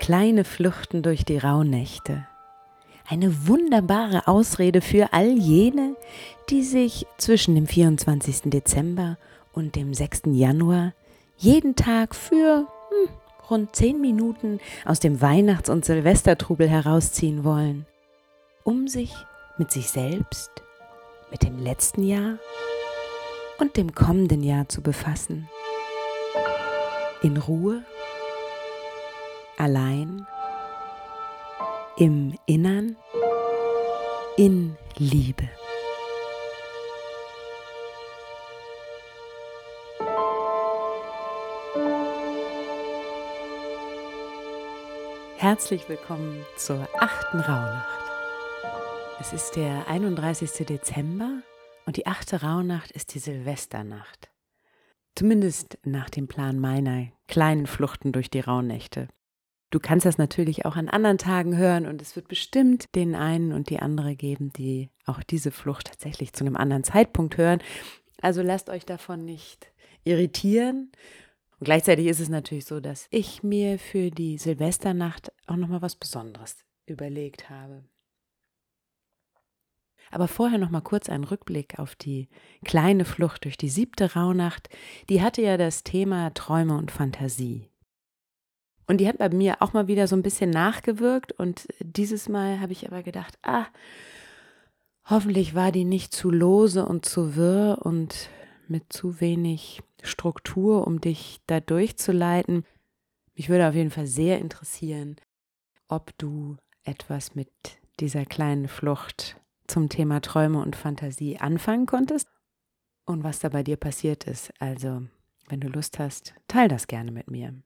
Kleine Fluchten durch die Rauhnächte. Eine wunderbare Ausrede für all jene, die sich zwischen dem 24. Dezember und dem 6. Januar jeden Tag für rund 10 Minuten aus dem Weihnachts- und Silvestertrubel herausziehen wollen, um sich mit sich selbst, mit dem letzten Jahr und dem kommenden Jahr zu befassen. In Ruhe, allein, im Innern, in Liebe. Herzlich willkommen zur 8. Rauhnacht. Es ist der 31. Dezember und die 8. Rauhnacht ist die Silvesternacht. Zumindest nach dem Plan meiner kleinen Fluchten durch die Rauhnächte. Du kannst das natürlich auch an anderen Tagen hören und es wird bestimmt den einen und die andere geben, die auch diese Flucht tatsächlich zu einem anderen Zeitpunkt hören. Also lasst euch davon nicht irritieren. Und gleichzeitig ist es natürlich so, dass ich mir für die Silvesternacht auch nochmal was Besonderes überlegt habe. Aber vorher nochmal kurz einen Rückblick auf die kleine Flucht durch die 7. Rauhnacht. Die hatte ja das Thema Träume und Fantasie. Und die hat bei mir auch mal wieder so ein bisschen nachgewirkt und dieses Mal habe ich aber gedacht, hoffentlich war die nicht zu lose und zu wirr und mit zu wenig Struktur, um dich da durchzuleiten. Mich würde auf jeden Fall sehr interessieren, ob du etwas mit dieser kleinen Flucht zum Thema Träume und Fantasie anfangen konntest und was da bei dir passiert ist. Also, wenn du Lust hast, teil das gerne mit mir.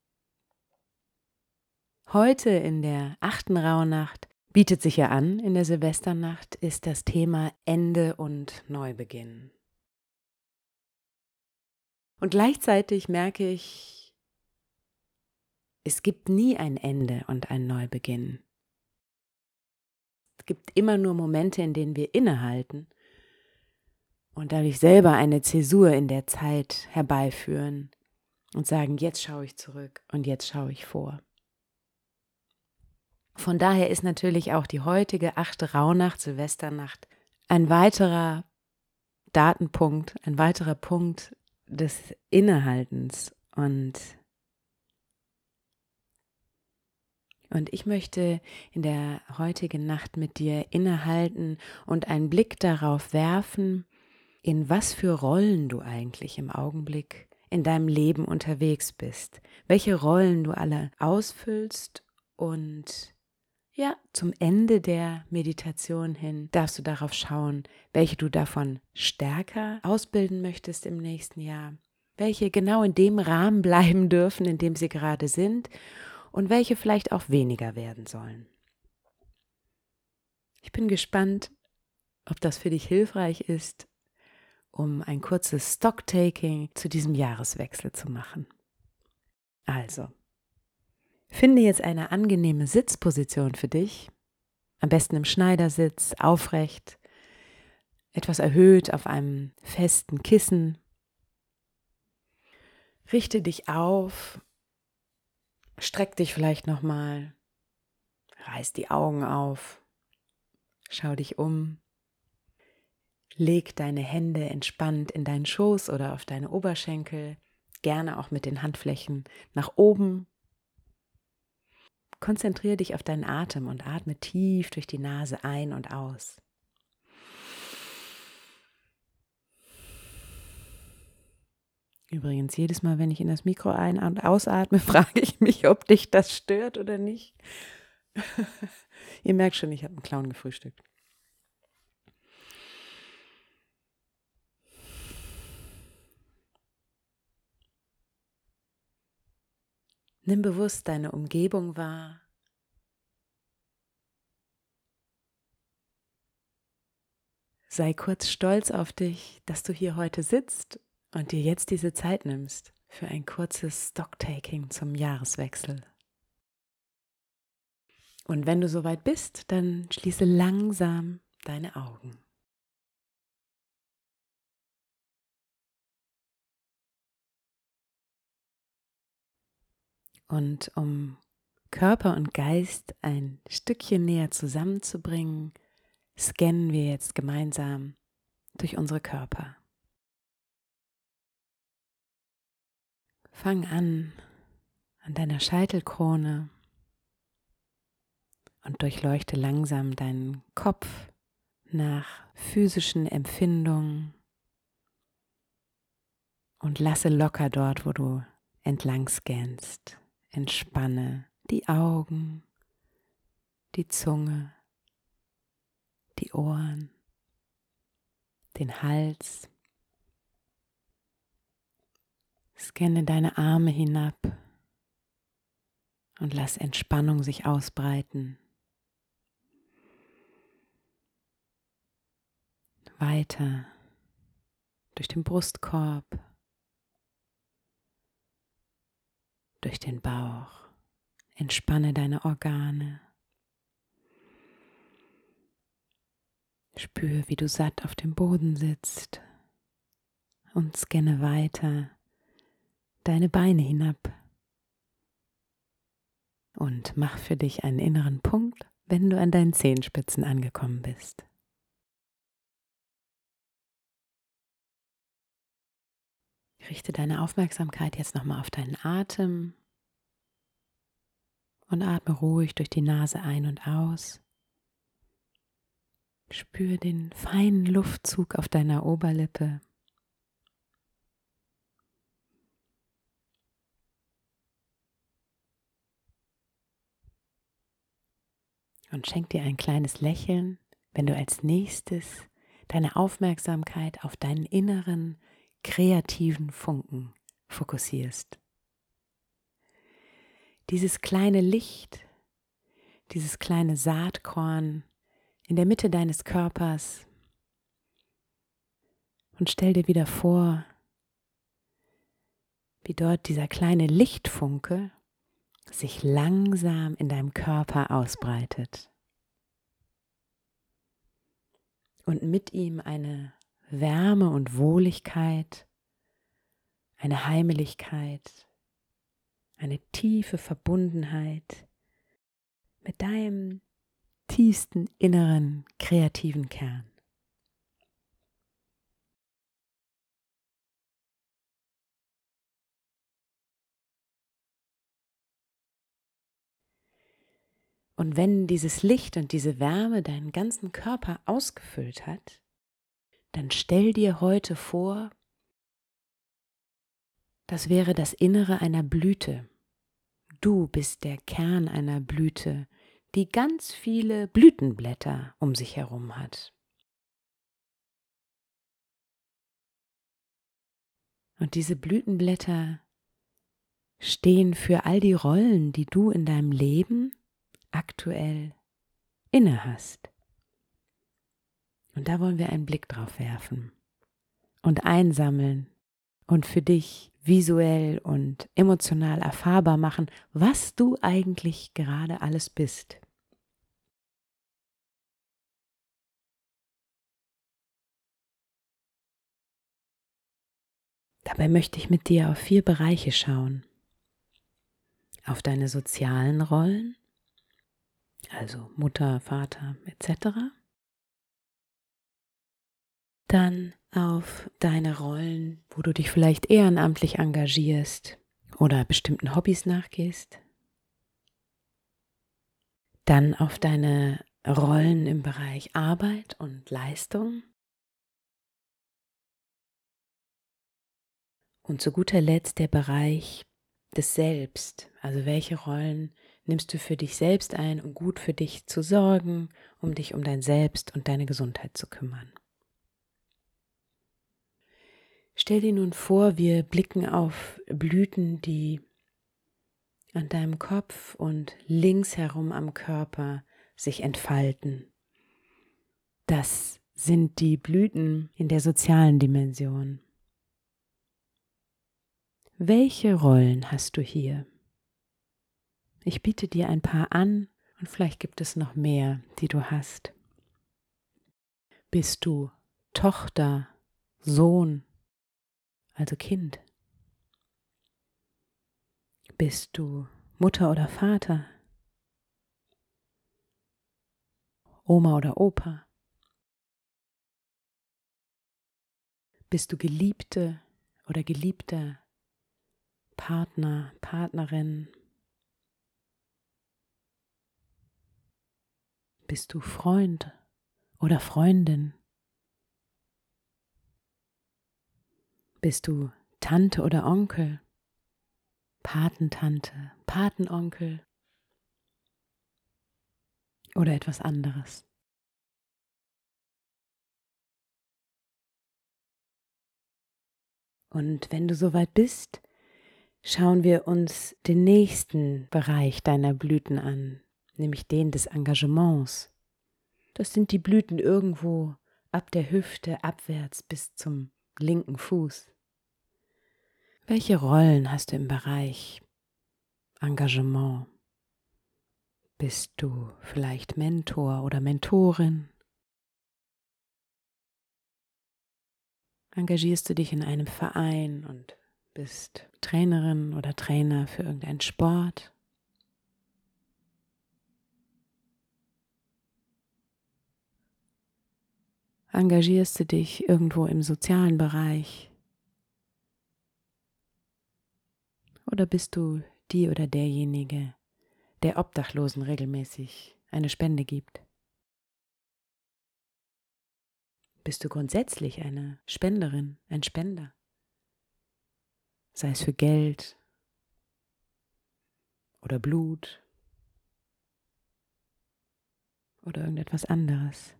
Heute in der 8. Rauhnacht bietet sich ja an, in der Silvesternacht ist das Thema Ende und Neubeginn. Und gleichzeitig merke ich, es gibt nie ein Ende und ein Neubeginn. Es gibt immer nur Momente, in denen wir innehalten und dadurch selber eine Zäsur in der Zeit herbeiführen und sagen, jetzt schaue ich zurück und jetzt schaue ich vor. Von daher ist natürlich auch die heutige 8. Rauhnacht, Silvesternacht, ein weiterer Datenpunkt, ein weiterer Punkt des Innehaltens. Und ich möchte in der heutigen Nacht mit dir innehalten und einen Blick darauf werfen, in was für Rollen du eigentlich im Augenblick in deinem Leben unterwegs bist, welche Rollen du alle ausfüllst und ja, zum Ende der Meditation hin darfst du darauf schauen, welche du davon stärker ausbilden möchtest im nächsten Jahr, welche genau in dem Rahmen bleiben dürfen, in dem sie gerade sind und welche vielleicht auch weniger werden sollen. Ich bin gespannt, ob das für dich hilfreich ist, um ein kurzes Stocktaking zu diesem Jahreswechsel zu machen. Also, finde jetzt eine angenehme Sitzposition für dich, am besten im Schneidersitz, aufrecht, etwas erhöht auf einem festen Kissen. Richte dich auf, streck dich vielleicht nochmal, reiß die Augen auf, schau dich um, leg deine Hände entspannt in deinen Schoß oder auf deine Oberschenkel, gerne auch mit den Handflächen nach oben. Konzentriere dich auf deinen Atem und atme tief durch die Nase ein und aus. Übrigens, jedes Mal, wenn ich in das Mikro ein- und ausatme, frage ich mich, ob dich das stört oder nicht. Ihr merkt schon, ich habe einen Clown gefrühstückt. Nimm bewusst deine Umgebung wahr. Sei kurz stolz auf dich, dass du hier heute sitzt und dir jetzt diese Zeit nimmst für ein kurzes Stocktaking zum Jahreswechsel. Und wenn du soweit bist, dann schließe langsam deine Augen. Und um Körper und Geist ein Stückchen näher zusammenzubringen, scannen wir jetzt gemeinsam durch unsere Körper. Fang an deiner Scheitelkrone und durchleuchte langsam deinen Kopf nach physischen Empfindungen und lasse locker dort, wo du entlang scannst. Entspanne die Augen, die Zunge, die Ohren, den Hals. Scanne deine Arme hinab und lass Entspannung sich ausbreiten. Weiter durch den Brustkorb, durch den Bauch. Entspanne deine Organe. Spür, wie du satt auf dem Boden sitzt und scanne weiter deine Beine hinab. Und mach für dich einen inneren Punkt, wenn du an deinen Zehenspitzen angekommen bist. Richte deine Aufmerksamkeit jetzt nochmal auf deinen Atem und atme ruhig durch die Nase ein und aus. Spür den feinen Luftzug auf deiner Oberlippe. Und schenk dir ein kleines Lächeln, wenn du als nächstes deine Aufmerksamkeit auf deinen inneren, kreativen Funken fokussierst. Dieses kleine Licht, dieses kleine Saatkorn in der Mitte deines Körpers, und stell dir wieder vor, wie dort dieser kleine Lichtfunke sich langsam in deinem Körper ausbreitet und mit ihm eine Wärme und Wohligkeit, eine Heimeligkeit, eine tiefe Verbundenheit mit deinem tiefsten inneren kreativen Kern. Und wenn dieses Licht und diese Wärme deinen ganzen Körper ausgefüllt hat, dann stell dir heute vor, das wäre das Innere einer Blüte. Du bist der Kern einer Blüte, die ganz viele Blütenblätter um sich herum hat. Und diese Blütenblätter stehen für all die Rollen, die du in deinem Leben aktuell inne hast. Und da wollen wir einen Blick drauf werfen und einsammeln und für dich visuell und emotional erfahrbar machen, was du eigentlich gerade alles bist. Dabei möchte ich mit dir auf 4 Bereiche schauen. Auf deine sozialen Rollen, also Mutter, Vater etc. Dann auf deine Rollen, wo du dich vielleicht ehrenamtlich engagierst oder bestimmten Hobbys nachgehst. Dann auf deine Rollen im Bereich Arbeit und Leistung. Und zu guter Letzt der Bereich des Selbst. Also welche Rollen nimmst du für dich selbst ein, um gut für dich zu sorgen, um dich um dein Selbst und deine Gesundheit zu kümmern. Stell dir nun vor, wir blicken auf Blüten, die an deinem Kopf und links herum am Körper sich entfalten. Das sind die Blüten in der sozialen Dimension. Welche Rollen hast du hier? Ich biete dir ein paar an und vielleicht gibt es noch mehr, die du hast. Bist du Tochter, Sohn, also Kind? Bist du Mutter oder Vater, Oma oder Opa? Bist du Geliebte oder Geliebter, Partner, Partnerin? Bist du Freund oder Freundin? Bist du Tante oder Onkel, Patentante, Patenonkel oder etwas anderes? Und wenn du soweit bist, schauen wir uns den nächsten Bereich deiner Blüten an, nämlich den des Engagements. Das sind die Blüten irgendwo ab der Hüfte abwärts bis zum linken Fuß. Welche Rollen hast du im Bereich Engagement? Bist du vielleicht Mentor oder Mentorin? Engagierst du dich in einem Verein und bist Trainerin oder Trainer für irgendeinen Sport? Engagierst du dich irgendwo im sozialen Bereich? Oder bist du die oder derjenige, der Obdachlosen regelmäßig eine Spende gibt? Bist du grundsätzlich eine Spenderin, ein Spender? Sei es für Geld oder Blut oder irgendetwas anderes.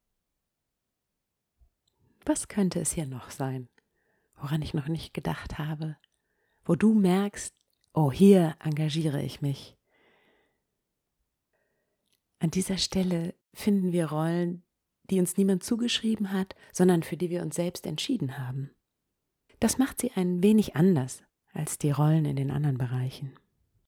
Was könnte es hier noch sein, woran ich noch nicht gedacht habe, wo du merkst, oh, hier engagiere ich mich. An dieser Stelle finden wir Rollen, die uns niemand zugeschrieben hat, sondern für die wir uns selbst entschieden haben. Das macht sie ein wenig anders als die Rollen in den anderen Bereichen.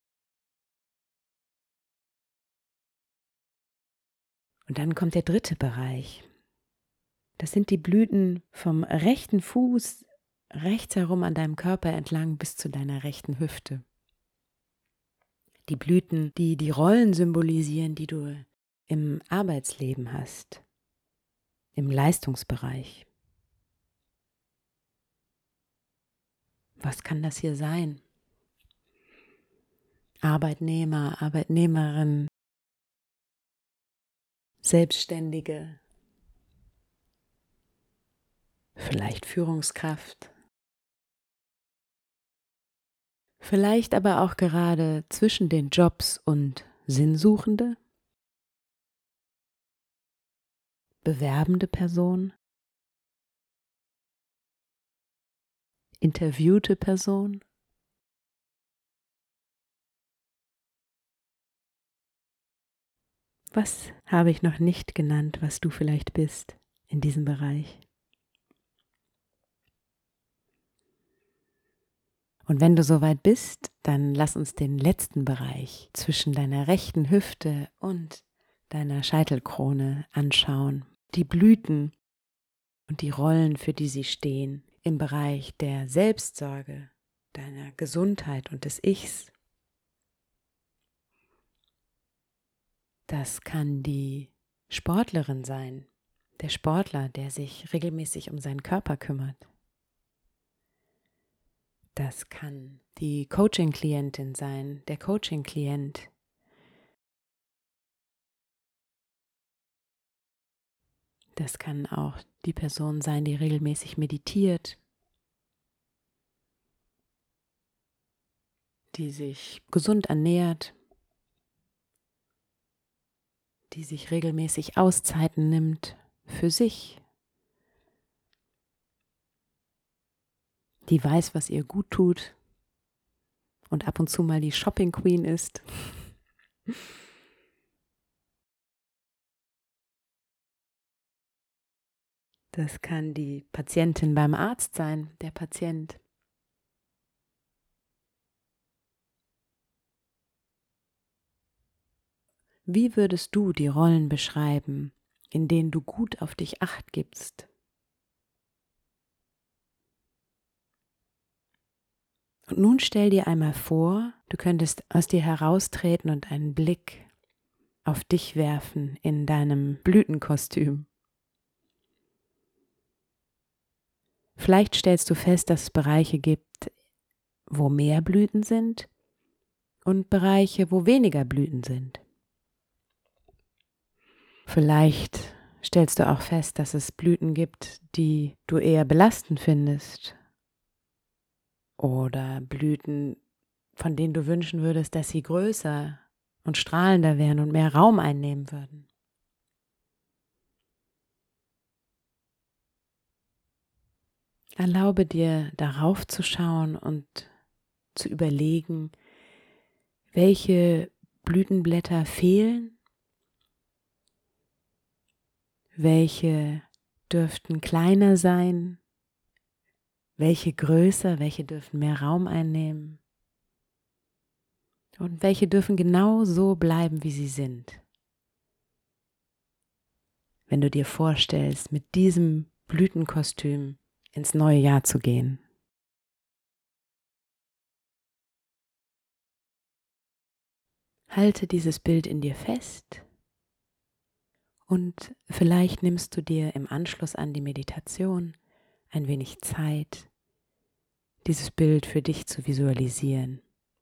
Und dann kommt der dritte Bereich. Das sind die Blüten vom rechten Fuß rechts herum an deinem Körper entlang bis zu deiner rechten Hüfte. Die Blüten, die die Rollen symbolisieren, die du im Arbeitsleben hast, im Leistungsbereich. Was kann das hier sein? Arbeitnehmer, Arbeitnehmerin, Selbstständige, vielleicht Führungskraft, vielleicht aber auch gerade zwischen den Jobs und Sinnsuchende, bewerbende Person, interviewte Person. Was habe ich noch nicht genannt, was du vielleicht bist in diesem Bereich? Und wenn du soweit bist, dann lass uns den letzten Bereich zwischen deiner rechten Hüfte und deiner Scheitelkrone anschauen. Die Blüten und die Rollen, für die sie stehen, im Bereich der Selbstsorge, deiner Gesundheit und des Ichs. Das kann die Sportlerin sein, der Sportler, der sich regelmäßig um seinen Körper kümmert. Das kann die Coaching-Klientin sein, der Coaching-Klient. Das kann auch die Person sein, die regelmäßig meditiert, die sich gesund ernährt, die sich regelmäßig Auszeiten nimmt für sich, die weiß, was ihr gut tut und ab und zu mal die Shopping Queen ist. Das kann die Patientin beim Arzt sein, der Patient. Wie würdest du die Rollen beschreiben, in denen du gut auf dich Acht gibst? Und nun stell dir einmal vor, du könntest aus dir heraustreten und einen Blick auf dich werfen in deinem Blütenkostüm. Vielleicht stellst du fest, dass es Bereiche gibt, wo mehr Blüten sind und Bereiche, wo weniger Blüten sind. Vielleicht stellst du auch fest, dass es Blüten gibt, die du eher belastend findest oder Blüten, von denen du wünschen würdest, dass sie größer und strahlender wären und mehr Raum einnehmen würden. Erlaube dir, darauf zu schauen und zu überlegen, welche Blütenblätter fehlen, welche dürften kleiner sein, welche größer, welche dürfen mehr Raum einnehmen und welche dürfen genau so bleiben, wie sie sind. Wenn du dir vorstellst, mit diesem Blütenkostüm ins neue Jahr zu gehen. Halte dieses Bild in dir fest und vielleicht nimmst du dir im Anschluss an die Meditation ein wenig Zeit, dieses Bild für dich zu visualisieren.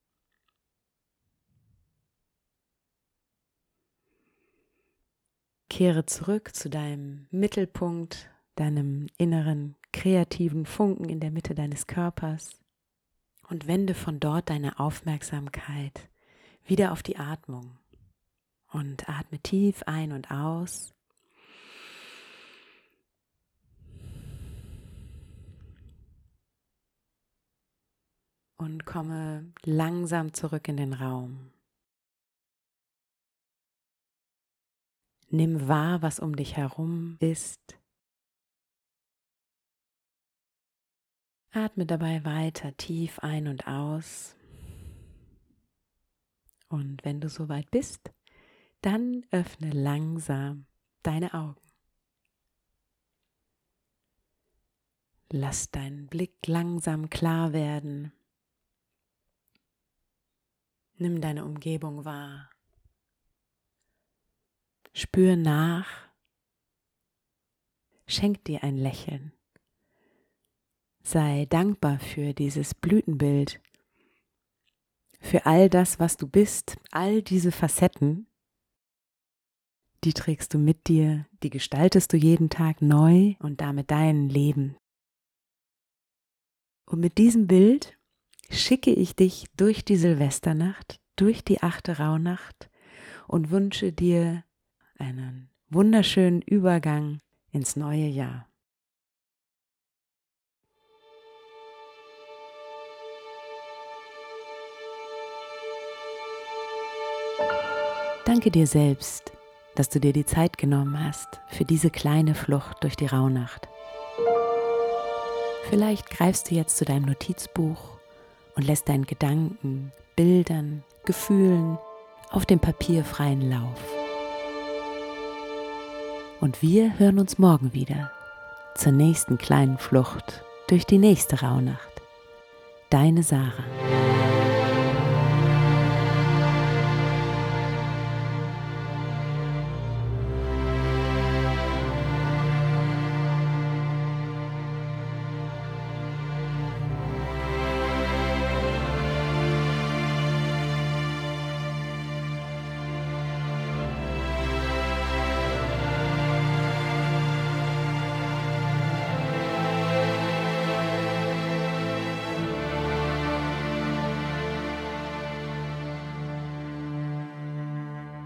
Kehre zurück zu deinem Mittelpunkt, deinem inneren kreativen Funken in der Mitte deines Körpers und wende von dort deine Aufmerksamkeit wieder auf die Atmung und atme tief ein und aus. Und komme langsam zurück in den Raum. Nimm wahr, was um dich herum ist. Atme dabei weiter tief ein und aus. Und wenn du soweit bist, dann öffne langsam deine Augen. Lass deinen Blick langsam klar werden. Nimm deine Umgebung wahr. Spür nach. Schenk dir ein Lächeln. Sei dankbar für dieses Blütenbild, für all das, was du bist, all diese Facetten, die trägst du mit dir, die gestaltest du jeden Tag neu und damit dein Leben. Und mit diesem Bild schicke ich dich durch die Silvesternacht, durch die 8. Rauhnacht und wünsche dir einen wunderschönen Übergang ins neue Jahr. Danke dir selbst, dass du dir die Zeit genommen hast für diese kleine Flucht durch die Rauhnacht. Vielleicht greifst du jetzt zu deinem Notizbuch und lässt deinen Gedanken, Bildern, Gefühlen auf dem Papier freien Lauf. Und wir hören uns morgen wieder zur nächsten kleinen Flucht durch die nächste Rauhnacht. Deine Sarah.